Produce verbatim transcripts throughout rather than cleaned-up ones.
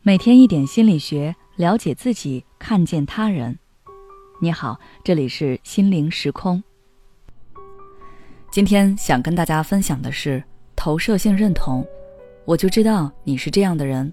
每天一点心理学，了解自己，看见他人。你好，这里是心灵时空。今天想跟大家分享的是投射性认同，我就知道你是这样的人。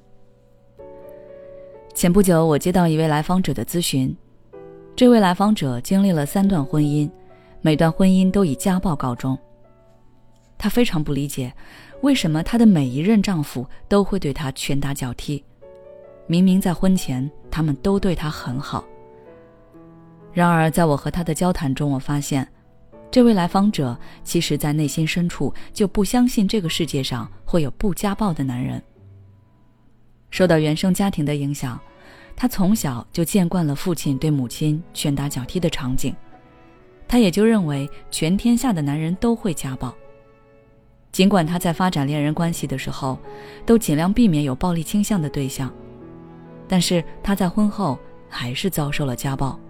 前不久我接到一位来访者的咨询，这位来访者经历了三段婚姻，每段婚姻都以家暴告终。她非常不理解，为什么她的每一任丈夫都会对她拳打脚踢，明明在婚前他们都对她很好。然而在我和她的交谈中，我发现这位来访者其实在内心深处就不相信这个世界上会有不家暴的男人。受到原生家庭的影响，她从小就见惯了父亲对母亲拳打脚踢的场景，她也就认为全天下的男人都会家暴。尽管她在发展恋人关系的时候都尽量避免有暴力倾向的对象，但是她在婚后还是遭受了家暴。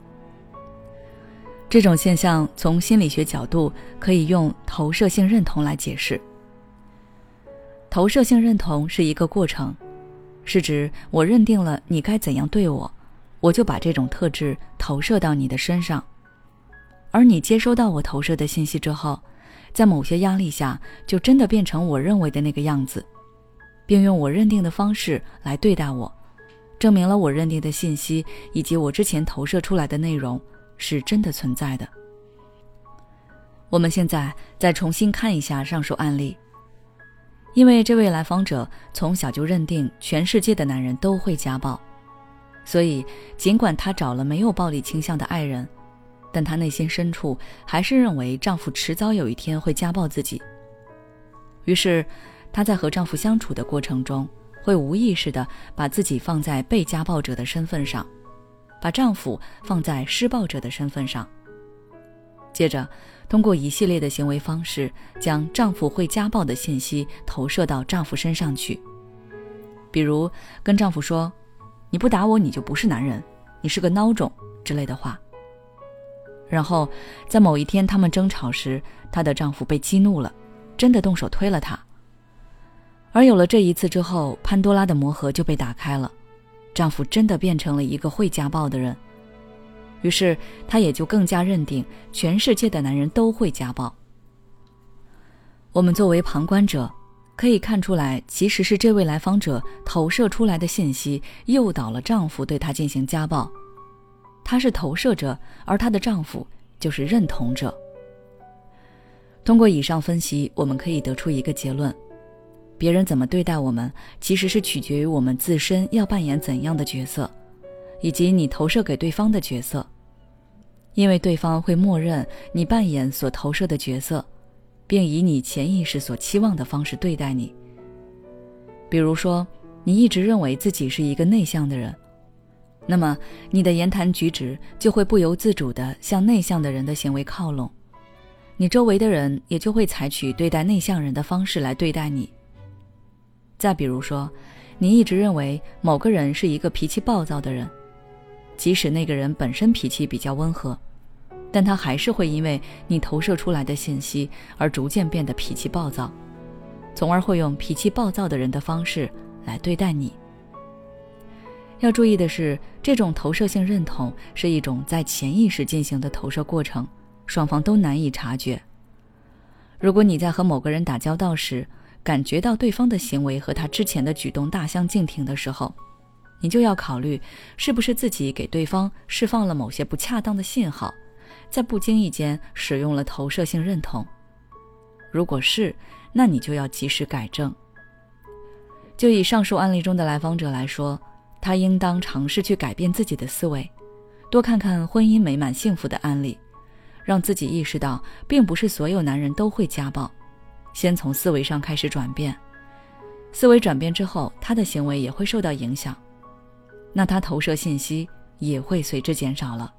这种现象从心理学角度可以用投射性认同来解释。投射性认同是一个过程，是指我认定了你该怎样对我，我就把这种特质投射到你的身上，而你接收到我投射的信息之后，在某些压力下就真的变成我认为的那个样子，并用我认定的方式来对待我，证明了我认定的信息以及我之前投射出来的内容是真的存在的。我们现在再重新看一下上述案例。因为这位来访者从小就认定全世界的男人都会家暴，所以尽管她找了没有暴力倾向的爱人，但她内心深处还是认为丈夫迟早有一天会家暴自己。于是她在和丈夫相处的过程中，会无意识地把自己放在被家暴者的身份上，把丈夫放在施暴者的身份上，接着通过一系列的行为方式，将丈夫会家暴的信息投射到丈夫身上去。比如跟丈夫说，你不打我你就不是男人，你是个孬种之类的话。然后在某一天他们争吵时，她的丈夫被激怒了，真的动手推了她。而有了这一次之后，潘多拉的魔盒就被打开了，丈夫真的变成了一个会家暴的人。于是她也就更加认定全世界的男人都会家暴。我们作为旁观者可以看出来，其实是这位来访者投射出来的信息诱导了丈夫对她进行家暴。她是投射者，而她的丈夫就是认同者。通过以上分析，我们可以得出一个结论：别人怎么对待我们，其实是取决于我们自身要扮演怎样的角色，以及你投射给对方的角色。因为对方会默认你扮演所投射的角色，并以你潜意识所期望的方式对待你。比如说，你一直认为自己是一个内向的人，那么你的言谈举止就会不由自主地向内向的人的行为靠拢，你周围的人也就会采取对待内向人的方式来对待你。再比如说，你一直认为某个人是一个脾气暴躁的人，即使那个人本身脾气比较温和，但他还是会因为你投射出来的信息而逐渐变得脾气暴躁，从而会用脾气暴躁的人的方式来对待你。要注意的是，这种投射性认同是一种在潜意识进行的投射过程，双方都难以察觉。如果你在和某个人打交道时，感觉到对方的行为和他之前的举动大相径庭的时候，你就要考虑是不是自己给对方释放了某些不恰当的信号，在不经意间使用了投射性认同。如果是，那你就要及时改正。就以上述案例中的来访者来说，他应当尝试去改变自己的思维，多看看婚姻美满幸福的案例，让自己意识到并不是所有男人都会家暴，先从思维上开始转变。思维转变之后，他的行为也会受到影响，那他投射信息也会随之减少了。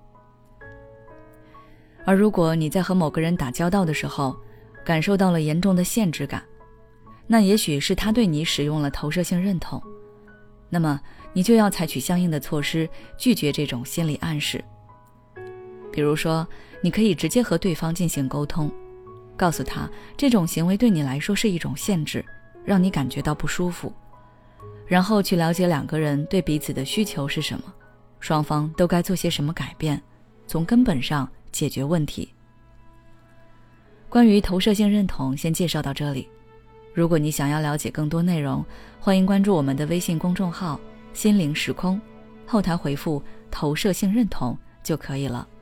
而如果你在和某个人打交道的时候，感受到了严重的限制感，那也许是他对你使用了投射性认同，那么你就要采取相应的措施，拒绝这种心理暗示。比如说，你可以直接和对方进行沟通，告诉他这种行为对你来说是一种限制，让你感觉到不舒服。 然后去了解两个人对彼此的需求是什么，双方都该做些什么改变，从根本上解决问题。关于投射性认同先介绍到这里，如果你想要了解更多内容，欢迎关注我们的微信公众号心灵时空，后台回复投射性认同就可以了。